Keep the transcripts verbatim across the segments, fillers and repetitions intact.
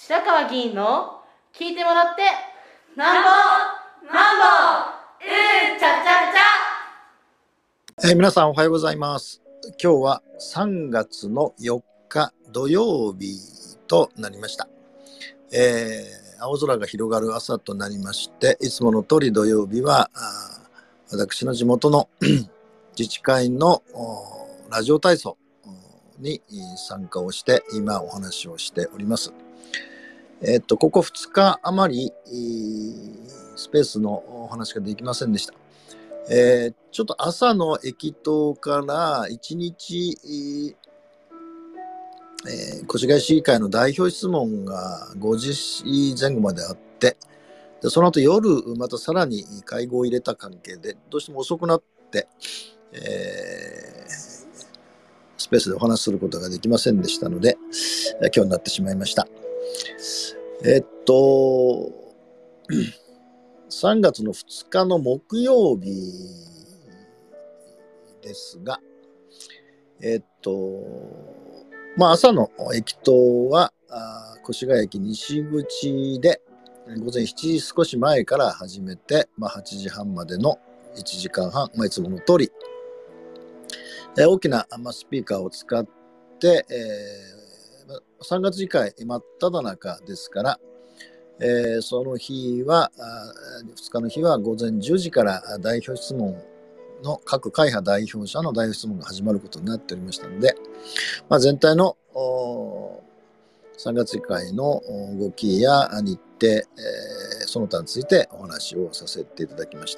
白川議員の聞いてもらってなんぼなんぼうんちゃちゃちゃ。 えー皆さんおはようございます。今日はさんがつのよっか土曜日となりました。えー青空が広がる朝となりまして、いつもの通り土曜日はあー私の地元の自治会のおラジオ体操おに参加をして今お話をしております。えっとここふつか余りえースペースのお話ができませんでした。えーちょっと朝の駅頭からいちにち、えー越谷市議会の代表質問がごじぜん後まであって、でその後夜またさらに会合を入れた関係でどうしても遅くなって、えースペースでお話しすることができませんでしたので、えー今日になってしまいました。えっとさんがつのふつかの木曜日ですが、えっと、まあ朝の駅頭は、あー越谷駅西口で午前しちじ少し前から始めて、まあ、はちじはんまでのいちじかんはん、まあ、いつもの通り、えー大きな、まあ、スピーカーを使って、えーまあさんがつ議会真っ只中ですから、えーその日は、あーふつかの日は午前じゅうじからあ代表質問の各会派代表者の代表質問が始まることになっておりましたので、まあ、全体のおさんがつ議会のお動きや日程、えーその他についてお話をさせていただきました。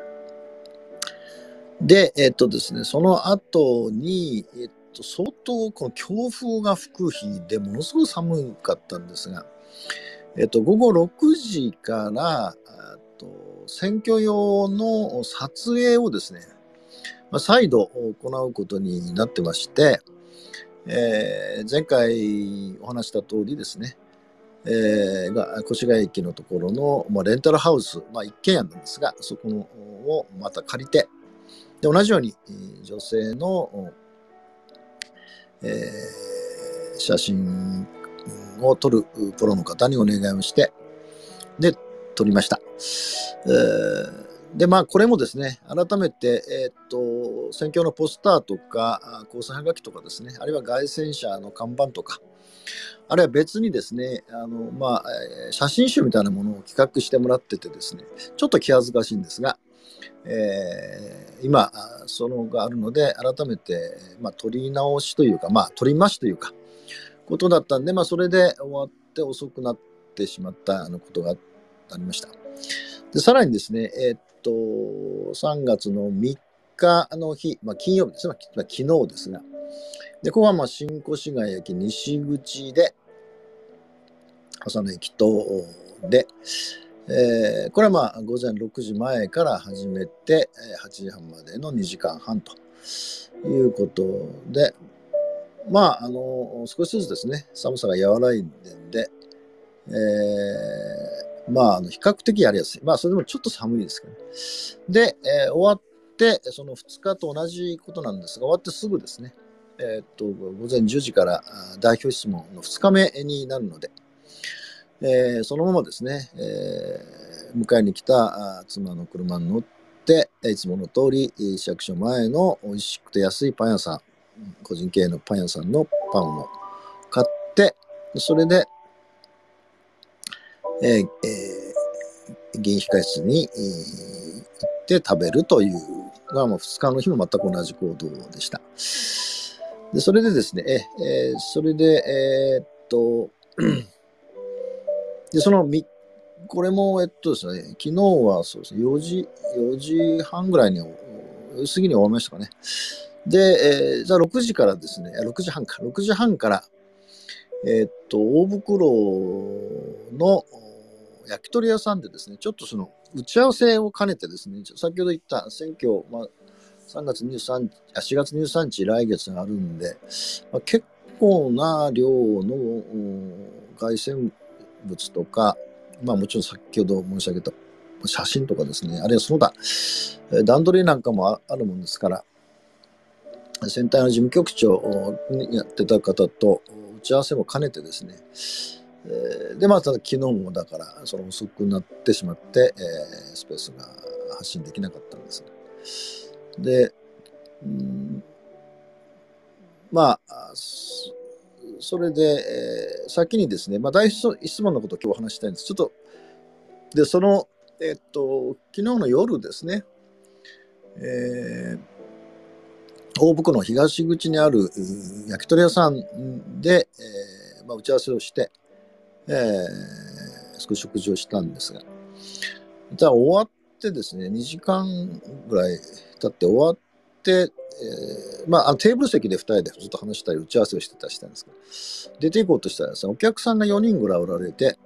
で、えっとですね、その後に、えっと、相当この強風が吹く日でものすごく寒かったんですが、えっと、午後ろくじからあと選挙用の撮影をですね、まあ再度行うことになってまして、えー前回お話した通りですね、えーが越谷駅のところの、まあ、レンタルハウス、まあ、一軒家なんですが、そこのをまた借りて、で同じようにえー女性の、えー写真を撮るプロの方にお願いをして、で、撮りました。えーで、まあ、これもですね、改めて、えーっと、選挙のポスターとか、あ交際はがきとかですね、あるいは街宣車の看板とか、あるいは別にですね、あの、まあ、えー写真集みたいなものを企画してもらっててですね、ちょっと気恥ずかしいんですが、えー今、あそのがあるので、改めて、まあ、撮り直しというか、まあ、撮り増しというか、ことだったんで、まあ、それで終わって遅くなってしまったあのことがありました。で、さらにですね、えーっと、さんがつのみっかの日、まあ、金曜日ですね、まあ、昨日ですが、で、ここはまあ新越谷駅西口で、朝の駅頭で、えーこれはまあ午前ろくじまえから始めて、えーはちじはんまでのにじかんはんということで、まあ、あの、少しずつですね、寒さが和らいでんで、えーまあ、あの比較的やりやすい。まあ、それでもちょっと寒いですけどね。で、えー終わって、そのふつかと同じことなんですが、終わってすぐですね、えーっと、午前じゅうじからあ代表質問のふつかめになるので、えーそのままですね、えー迎えに来たあ妻の車に乗って、いつもの通り市役所前の美味しくて安いパン屋さん、個人経営のパン屋さんのパンを買って、それで、えーえー議員控室に、えー行って食べるというのが、もうふつかの日も全く同じ行動でした。で、それでですね、ええーそれで、えーっと、で、そのみこれも、えっとですね、昨日はそうですね、よじ、よじはんぐらいに、よじ過ぎに終わりましたかね。で、えーじゃあろくじからですね、あろくじはんか、ろくじはんから、えーっと、大袋のお焼き鳥屋さんでですね、ちょっとその打ち合わせを兼ねてですね、先ほど言った選挙、まあ、さんがつにじゅうさんにち、あしがつにじゅうさんにち来月があるんで、まあ、結構な量のお海鮮物とか、まあもちろん先ほど申し上げた写真とかですね、あるいはその他、えー段取りなんかもああるもんですから、選対の事務局長にやってた方と打ち合わせも兼ねてですね、 えーで、まあ、ただ昨日もだから、その遅くなってしまって、えースペースが発信できなかったんです。で、うん、まあ、そそれで、えー先にですね、まあ、大質問のことを今日お話したいんです。ちょっと、で、その、えっと、昨日の夜ですね、えー大府の東口にあるう焼き鳥屋さんで、えーまあ、打ち合わせをして、えー少し食事をしたんですが、じゃあ終わってですね、にじかんぐらい経って終わって、えーまあ、あのテーブル席でふたりでずっと話したり打ち合わせをしてたりしたんですけど、出ていこうとしたらですね、お客さんがよにんぐらいおられて、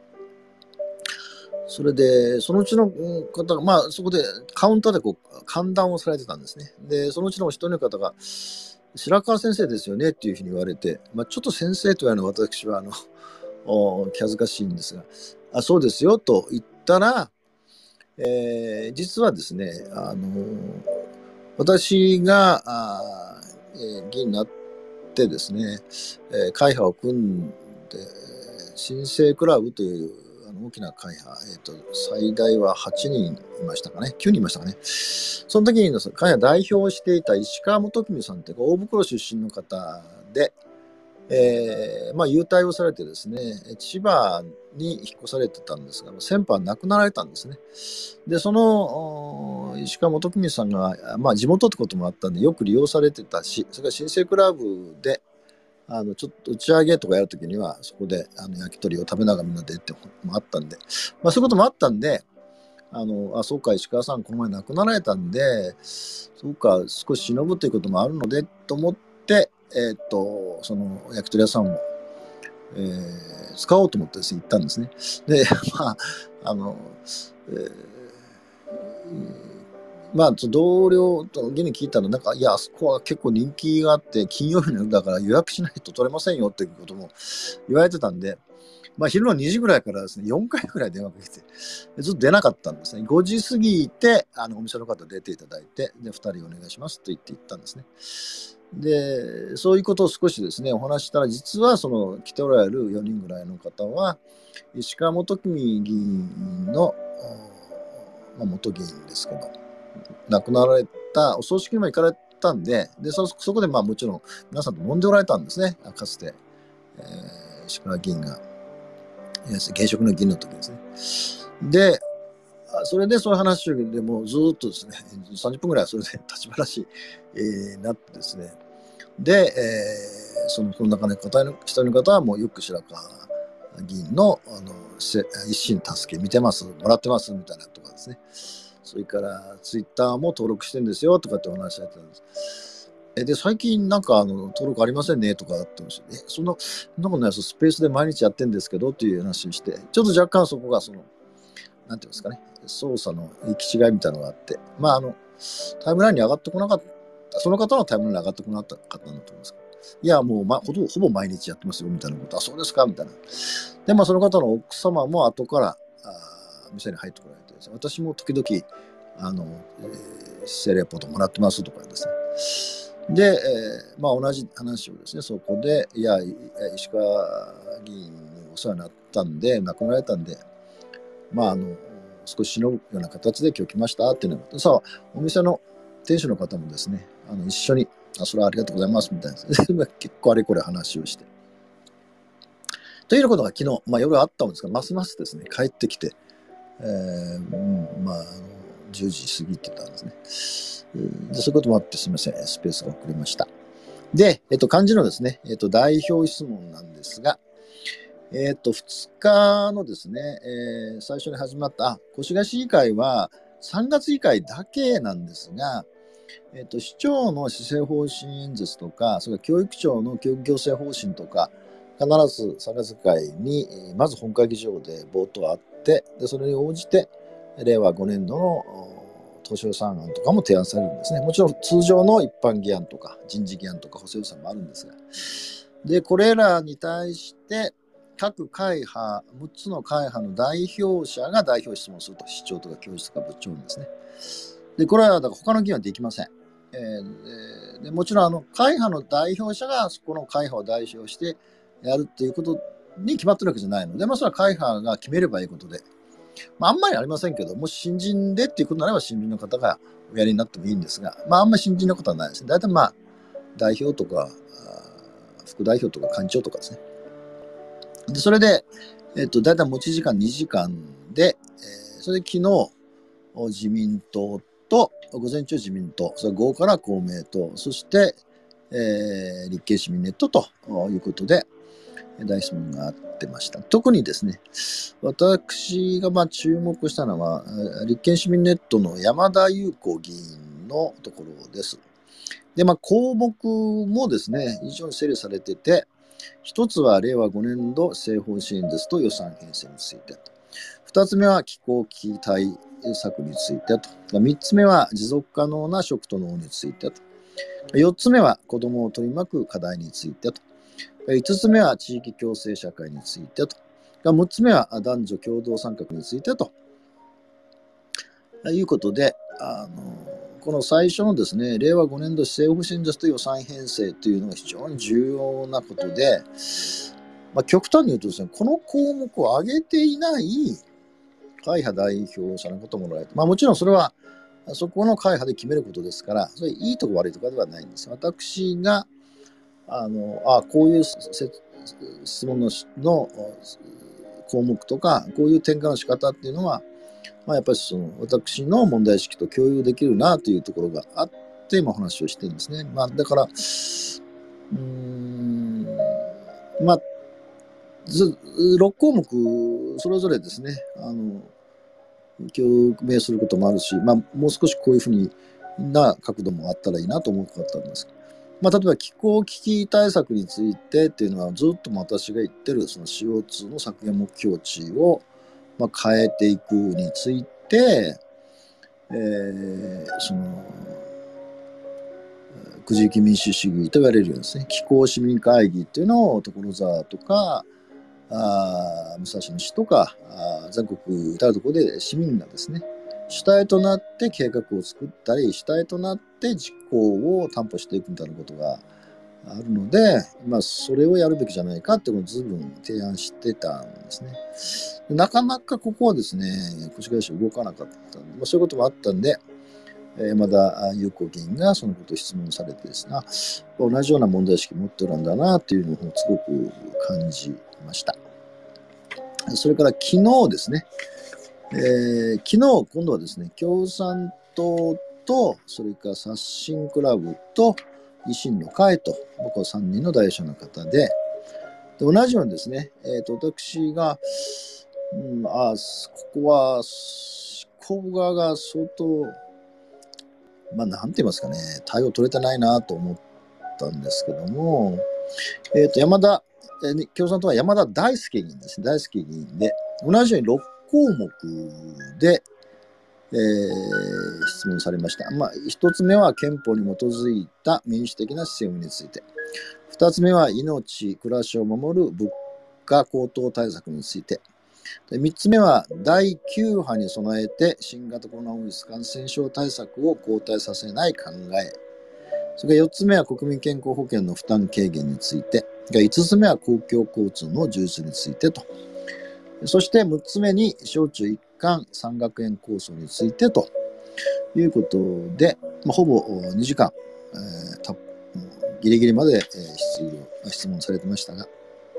それで、そのうちの方が、まあ、そこでカウンターでこう、歓談をされてたんですね。で、そのうちの一人の方が、白川先生ですよねっていうふうに言われて、まあ、ちょっと先生というのは私は、あの、お気恥ずかしいんですが、あ、そうですよと言ったら、えー実はですね、あの、私が、あーえー議員になってですね、えー会派を組んで、新生クラブというあの大きな会派、えーと、最大ははちにんいましたかね、きゅうにんいましたかね。その時にですね、会派代表をしていた石川元公さんという大袋出身の方で、えーまあ、優待をされてですね、千葉に引っ越されてたんですが、先般亡くなられたんですね。で、その石川元公さんが、まあ、地元ってこともあったんで、よく利用されてたし、それから新生クラブで、あのちょっと打ち上げとかやるときには、そこであの焼き鳥を食べながらみんなでってもあったんで、まあ、そういうこともあったんで、あのあそうか、石川さん、この前亡くなられたんで、そうか、少し忍ぶということもあるのでと思って、えー、っとその焼き鳥屋さんも、えー使おうと思ってですね、行ったんですね。で、まあ、あの、えーまあ、同僚と議に聞いたら、なんか、いや、あそこは結構人気があって、金曜日の夜だから予約しないと取れませんよっていうことも言われてたんで、まあ、昼のにじぐらいからですね、よんかいぐらい電話かけて、ずっと出なかったんですね。ごじ過ぎて、あのお店の方出ていただいて、で、ふたりお願いしますと言って行ったんですね。で、そういうことを少しですね、お話したら、実はその来ておられるよにんぐらいの方は、石川元公議員の、まあ、元議員ですけど、亡くなられたお葬式にも行かれたんで、で そ, そこでまあもちろん皆さんと揉んでおられたんですね、かつて、えー、石川議員が、現職の議員の時ですね。で、それでそういう話でもうずっとですね、さんじゅっぷんぐらいはそれで立ち話に、えー、なってですね、で、えー、そのその中の方の一人の方はもうよく白川議員のあの一心助け見てます、もらってますみたいなとかですね。それからツイッターも登録してるんですよとかってお話されてたんです。えで、最近なんかあの登録ありませんねとかあってました。え、そんな、そんなことないです。スペースで毎日やってるんですけどっていう話をして、ちょっと若干そこがその、なんていうんですかね、操作の行き違いみたいなのがあって、まああの、タイムラインに上がってこなかった、その方のタイムラインに上がってこなかった方なんだと思います。いや、もう、ま、ほぼ、ほぼ毎日やってますよみたいなこと、あ、そうですかみたいな。で、まあその方の奥様も後から、あ店に入ってこられてですね、私も時々、あの、えー、姿勢レポートもらってますとかですね。で、えーまあ、同じ話をですね、そこで、いや、石川議員にお世話になったんで、亡くなられたんで、まあ、あの、少し忍ぶような形で今日来ましたっていうのを、さあ、お店の店主の方もですね、あの一緒に、あ、それはありがとうございますみたいな、結構あれこれ話をして。ということが昨日、まあ、夜あったんですが、ますますですね、帰ってきて、えーうん、まあ、あのじゅうじ過ぎてたんですね。でそういうこともあって、すみません、スペースが遅れました。で、えっと、漢字のですね、えっと、代表質問なんですが、えっと、ふつかのですね、えー最初に始まった、あ、越谷市議会はさんがつ議会だけなんですが、えっと、市長の施政方針演説とか、それから教育庁の教育行政方針とか、必ずさんがつ議会に、えーまず本会議場で冒頭あって、でそれに応じて、れいわごねんどのお当初予算案とかも提案されるんですね。もちろん通常の一般議案とか人事議案とか補正予算もあるんですが。で、これらに対して、各会派、むっつの会派の代表者が代表質問すると、市長とか教授とか部長にですね。で、これはだから他の議員はできません。えーでもちろんあの会派の代表者がそこの会派を代表してやるっていうことに決まってるわけじゃないので、まあ、それは会派が決めればいいことで、まあ、あんまりありませんけど、もし新人でっていうことならば新人の方がおやりになってもいいんですが、まあ、あんまり新人のことはないですね。大体まあ、代表とか、副代表とか幹事長とかですね。で、それで、えっと、大体持ち時間にじかんで、えー、それで昨日、自民党と、午前中自民党、それ午後から公明党、そして、えー、立憲市民ネットということで、大質問があってました。特にですね、私がまあ注目したのは、立憲市民ネットの山田裕子議員のところです。で、まあ、項目もですね、非常に整理されてて、一つは令和ごねん度政法支援ですと予算編成についてと。二つ目は気候危機対策についてと。三つ目は持続可能な食と農についてと。四つ目は子どもを取り巻く課題についてと。五つ目は地域共生社会についてと。六つ目は男女共同参画についてと。いうことで、あの、この最初のですね、令和ごねん度政府支援ですと予算編成というのが非常に重要なことで、まあ、極端に言うとですね、この項目を挙げていない会派代表者のこともおられて、まあ、もちろんそれはそこの会派で決めることですから、それいいとこ悪いとかではないんです。私が、あの、あこういう質問のの項目とか、こういう転換の仕方っていうのは、まあ、やっぱりその私の問題意識と共有できるなというところがあって、今お話をしてるんですね。まあ、だから、うーん、まあ、ろく項目それぞれですね、あの、共鳴することもあるし、まあ、もう少しこういうふうにな角度もあったらいいなと思うかったんです。まあ、例えば気候危機対策についてっていうのは、ずっと私が言ってるその シーオーツー の削減目標値をまあ変えていくについて、えー、そのくじき民主主義と言われるようですね、気候市民会議っていうのを所沢とかあ武蔵野市とかあ全国至るところで市民がですね、主体となって計画を作ったり、主体となって実行を担保していくみたいなことがあるので、まあ、それをやるべきじゃないかっていうのを随分提案してたんですね。なかなかここはですね、越谷市動かなかったんで、まあ、そういうこともあったんで、山田裕子議員がそのことを質問されてですね、同じような問題意識を持ってるんだなというのをすごく感じました。それから昨日ですね、えー、昨日今度はですね、共産党と、それから刷新クラブと維新の会と、僕はさんにんの代表者の方で、で同じようにですね、えー、と私が、うん、あここは執行部側が相当、まあ、なんて言いますかね、対応取れてないなと思ったんですけども、えー、と山田、えー、共産党は山田大輔議員ですね、大輔議員で、同じようにろっ項目で、えー、質問されました。まあ、一つ目は憲法に基づいた民主的なシステムについて。二つ目は命、暮らしを守る物価高騰対策について。三つ目はだいきゅう波に備えて新型コロナウイルス感染症対策を後退させない考え。それからよっつめは国民健康保険の負担軽減について。いつつめは公共交通の充実についてと。そしてむっつめに小中一貫さん学園構想についてということで、まあ、ほぼにじかん、えー、たギリギリまで、えー、質問されてましたが、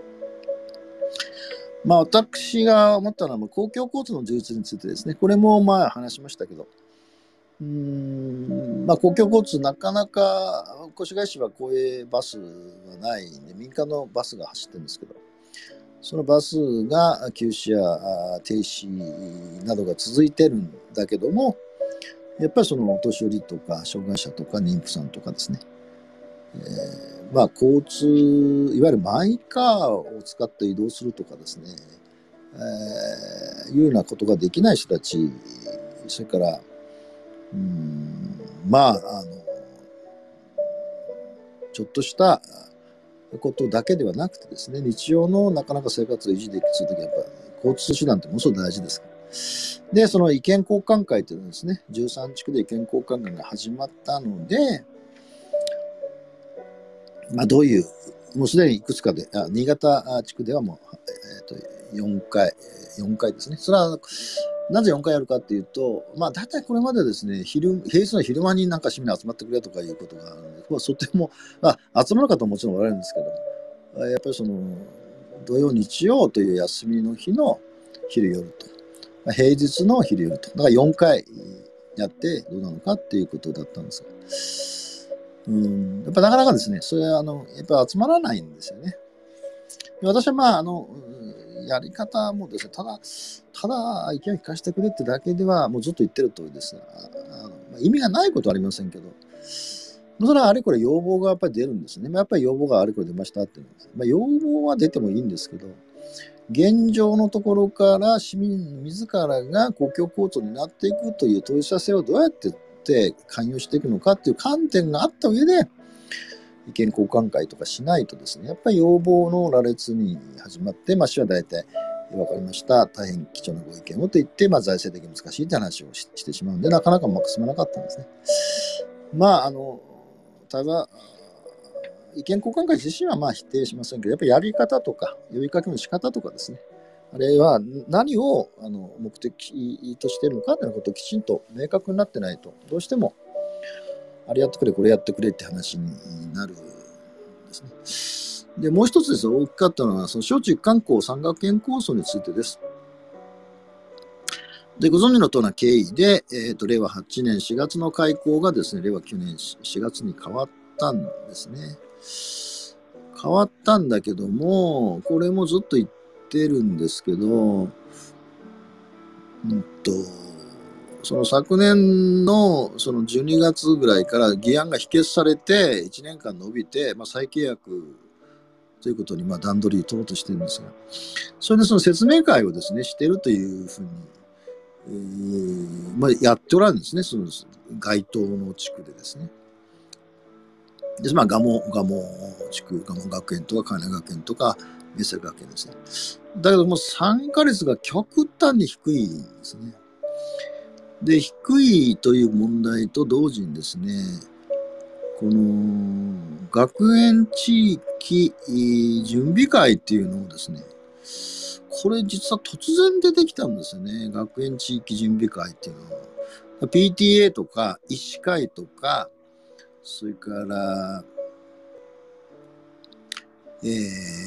まあ、私が思ったのは公共交通の充実についてですね、これもまあ話しましたけど、うーん、まあ、公共交通なかなか越谷市は公営バスはないんで、民間のバスが走ってるんですけど、そのバスが休止や停止などが続いてるんだけども、やっぱりそのお年寄りとか障害者とか妊婦さんとかですね、えー、まあ交通、いわゆるマイカーを使って移動するとかですね、えー、いうようなことができない人たち、それから、うーん、まあ、あの、ちょっとしたことだけではなくてですね、日常のなかなか生活を維持できするときはやっぱ交通手段ってものすごく大事ですから。で、その意見交換会というのはですね、じゅうさん地区で意見交換会が始まったので、まあどういうもうすでにいくつかで、あ新潟地区ではもう、えー、とよんかい、よんかいですね。それはなぜよんかいやるかっていうと、まあ大体これまでですね、昼平日の昼間になんか市民集まってくれとかいうことがあるので、まあ、とても、まあ、集まる方ももちろんおられるんですけど、やっぱりその土曜日曜という休みの日の昼夜と、平日の昼夜と、だからよんかいやってどうなのかっていうことだったんですが、うん、やっぱなかなかですね、それはあのやっぱ集まらないんですよね。私はまああのやり方もですね、ただただ意見を聞かせてくれってだけではもうずっと言ってる通りですが、あの意味がないことはありませんけど、それはあれこれ要望がやっぱり出るんですね。やっぱり要望があれこれ出ましたっていうんです。まあ、要望は出てもいいんですけど、現状のところから市民自らが公共交通になっていくという問い合わせをどうやってって関与していくのかっていう観点があった上で意見交換会とかしないとですね、やっぱり要望の羅列に始まって、まあ、市は大体分かりました、大変貴重なご意見をと言って、まあ、財政的に難しいって話を し, してしまうんで、なかなかうまく進まなかったんですね。まああのただ意見交換会自身はまあ否定しませんけど、やっぱりやり方とか呼びかけの仕方とかですね、あれは何をあの目的としているのかということをきちんと明確になってないと、どうしてもあれやってくれこれやってくれって話になるんですね。でもう一つですね、大きかったのはその小中観光産学研構想についてです。でご存知のとおりな経緯で、えー、とれいわはちねんしがつの開校がですね、れいわきゅうねんしがつに変わったんですね。変わったんだけども、これもずっと言ってるんですけど、うんと、その昨年のそのじゅうにがつぐらいから議案が否決されていちねんかん延びて、まあ、再契約ということにまあ段取りを取ろうとしてるんですが、それでその説明会をですね、しているというふうに、えーまあ、やっておられるんですね、その該当の地区でですね。で、まあ、蒲生、蒲生地区、蒲生学園とか、金学園とか、明石学園ですね。だけども、参加率が極端に低いんですね。で、低いという問題と同時にですね、この、学園地域準備会っていうのをですね、これ実は突然出てきたんですよね。学園地域準備会っていうのは。ピーティーエー とか、医師会とか、それから、えー、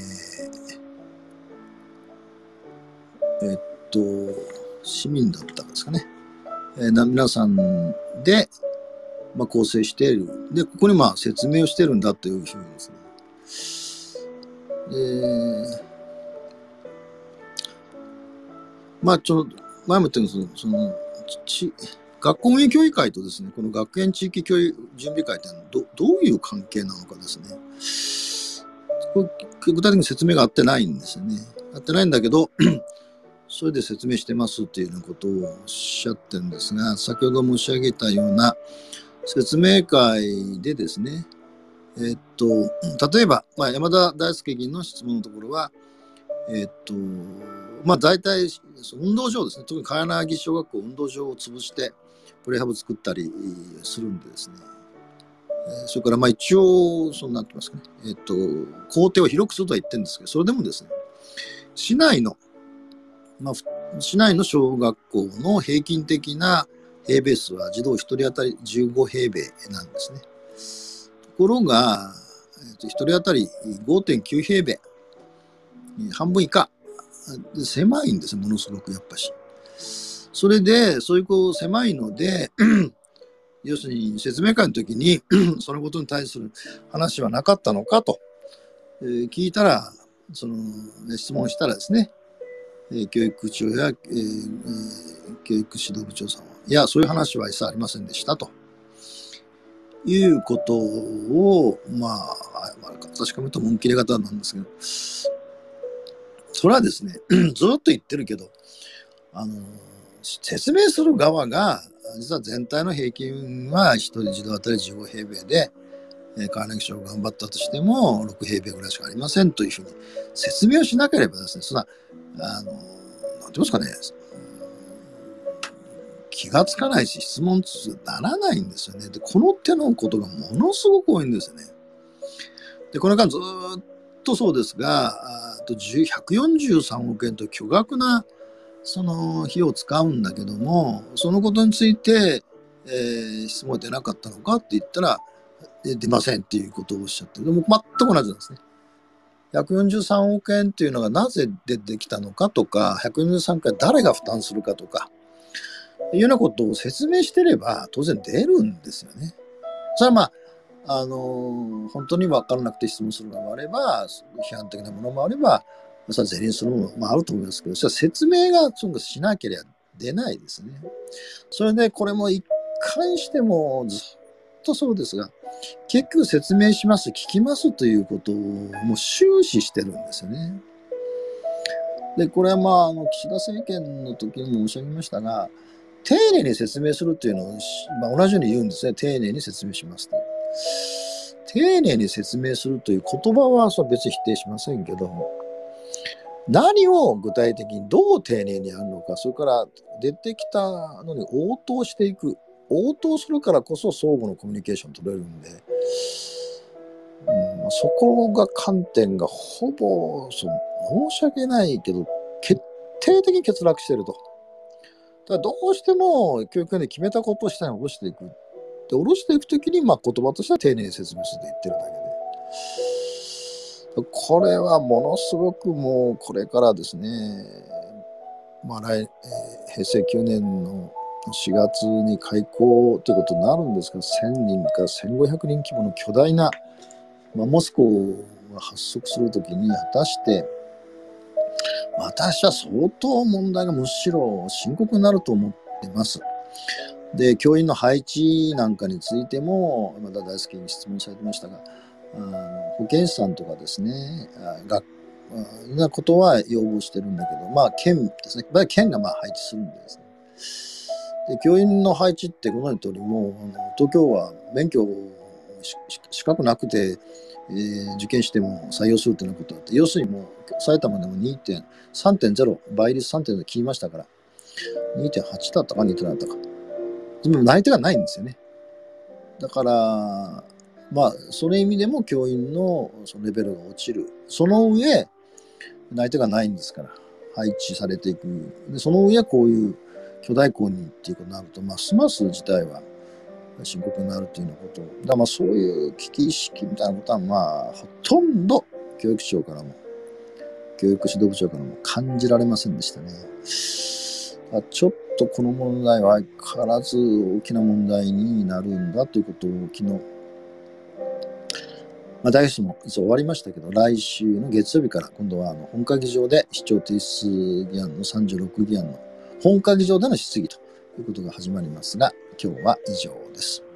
えっと、市民だったんですかね。えー、皆さんで、まあ、構成している。で、ここにまあ説明をしてるんだというふうにですね。えー、まあ、ちょっと、前も言ったように、その、ち学校運営協議会とですね、この学園地域教育準備会ってどどういう関係なのかですね。これ具体的に説明が合ってないんですよね。合ってないんだけど、それで説明してますっていうようなことをおっしゃってるんですが、先ほど申し上げたような説明会でですね、えっと、例えば、まあ、山田大輔議員の質問のところは、えっと、まあ大体運動場ですね、特に茅薙小学校運動場を潰してプレハブ作ったりするんでですね、それからまあ一応そうなってますかね、えっと校庭を広くするとは言ってるんですけど、それでもですね、市内のまあ市内の小学校の平均的な平米数は児童ひとり当たりじゅうごへいべいなんですね。ところが、えっとひとり当たり ごてんきゅうへいべい、半分以下。狭いんですよ、ものすごくやっぱし。それで、そういうこう狭いので、要するに説明会の時にそのことに対する話はなかったのかと、えー、聞いたら、その質問したらですね、えー、教育長や、えーえー、教育指導部長さんは、いや、そういう話は一切ありませんでしたということを、まあ、まあ、確かめると紋切れ方なんですけど、それはですね、ずっと言ってるけど、あの、説明する側が、実は全体の平均はひとり児童当たりじゅうごへいべいで、川柳小頑張ったとしてもろくへいべいぐらいしかありませんというふうに説明をしなければですね、そんな、あの、なんて言いますかね、気がつかないし質問にならないんですよね。で、この手のことがものすごく多いんですよね。で、この間ずっとそうですが、あとひゃくよんじゅうさんおくえんと巨額なその費用を使うんだけども、そのことについて、えー、質問が出なかったのかって言ったら、え出ませんっていうことをおっしゃってる。でも全く同じなんですね。ひゃくよんじゅうさんおくえんっていうのがなぜ出てきたのかとか、ひゃくよんじゅうさんおくえん誰が負担するかとか、いうようなことを説明してれば当然出るんですよね。それはまあ、あのー、本当に分からなくて質問するのもあれば、批判的なものもあれば、それは是認するものもあると思いますけど、それは説明がそのしなければ出ないですね。それでこれも一貫してもずっとそうですが、結局説明します、聞きますということをもう終始してるんですよね。で、これはまあ、あの岸田政権の時にも申し上げましたが、丁寧に説明するというのを、まあ、同じように言うんですね。丁寧に説明しますと。丁寧に説明するという言葉はそれは別に否定しませんけど、何を具体的にどう丁寧にやるのか、それから出てきたのに応答していく。応答するからこそ相互のコミュニケーション取れるんで、うん、そこが観点がほぼその申し訳ないけど決定的に欠落していると。だからどうしても教育で決めたことを下に下ろしていく。で下ろしていくときにまあ言葉としては丁寧に説明すると言ってるだけで、これはものすごくもうこれからですね、まあ来、えー、へいせいきゅうねんのしがつに開校ということになるんですが、せんにんからせんごひゃくにん規模の巨大な、まあ、モスコが発足するときに果たして私は相当問題がむしろ深刻になると思っています。で、教員の配置なんかについても山田大輔に質問されてましたが、あの保健師さんとかですね、がいろんなことは要望してるんだけど、まあ県ですね、県がまあ配置するんでですね。で、教員の配置ってご存じの通り、もうあの東京は免許資格なくて、えー、受験しても採用するというようなことがあって、要するにもう埼玉でも さんてんゼロ 倍率 さんてんゼロ 切りましたから にてんはち だったか にてんなな だったか、でも内定がないんですよね。だからまあその意味でも教員のそのレベルが落ちる。その上内定がないんですから配置されていく。でその上こういう巨大校にっていうことになると、ますます事態は深刻になるというようなこと。だからまあそういう危機意識みたいなことはまあほとんど教育庁からも教育指導部長からも感じられませんでしたね。ちょっとこの問題は相変わらず大きな問題になるんだということを昨日、まあ、大学も終わりましたけど、来週の月曜日から今度はあの本会議場で市長提出議案のさんじゅうろくぎあんの本会議場での質疑ということが始まりますが、今日は以上です。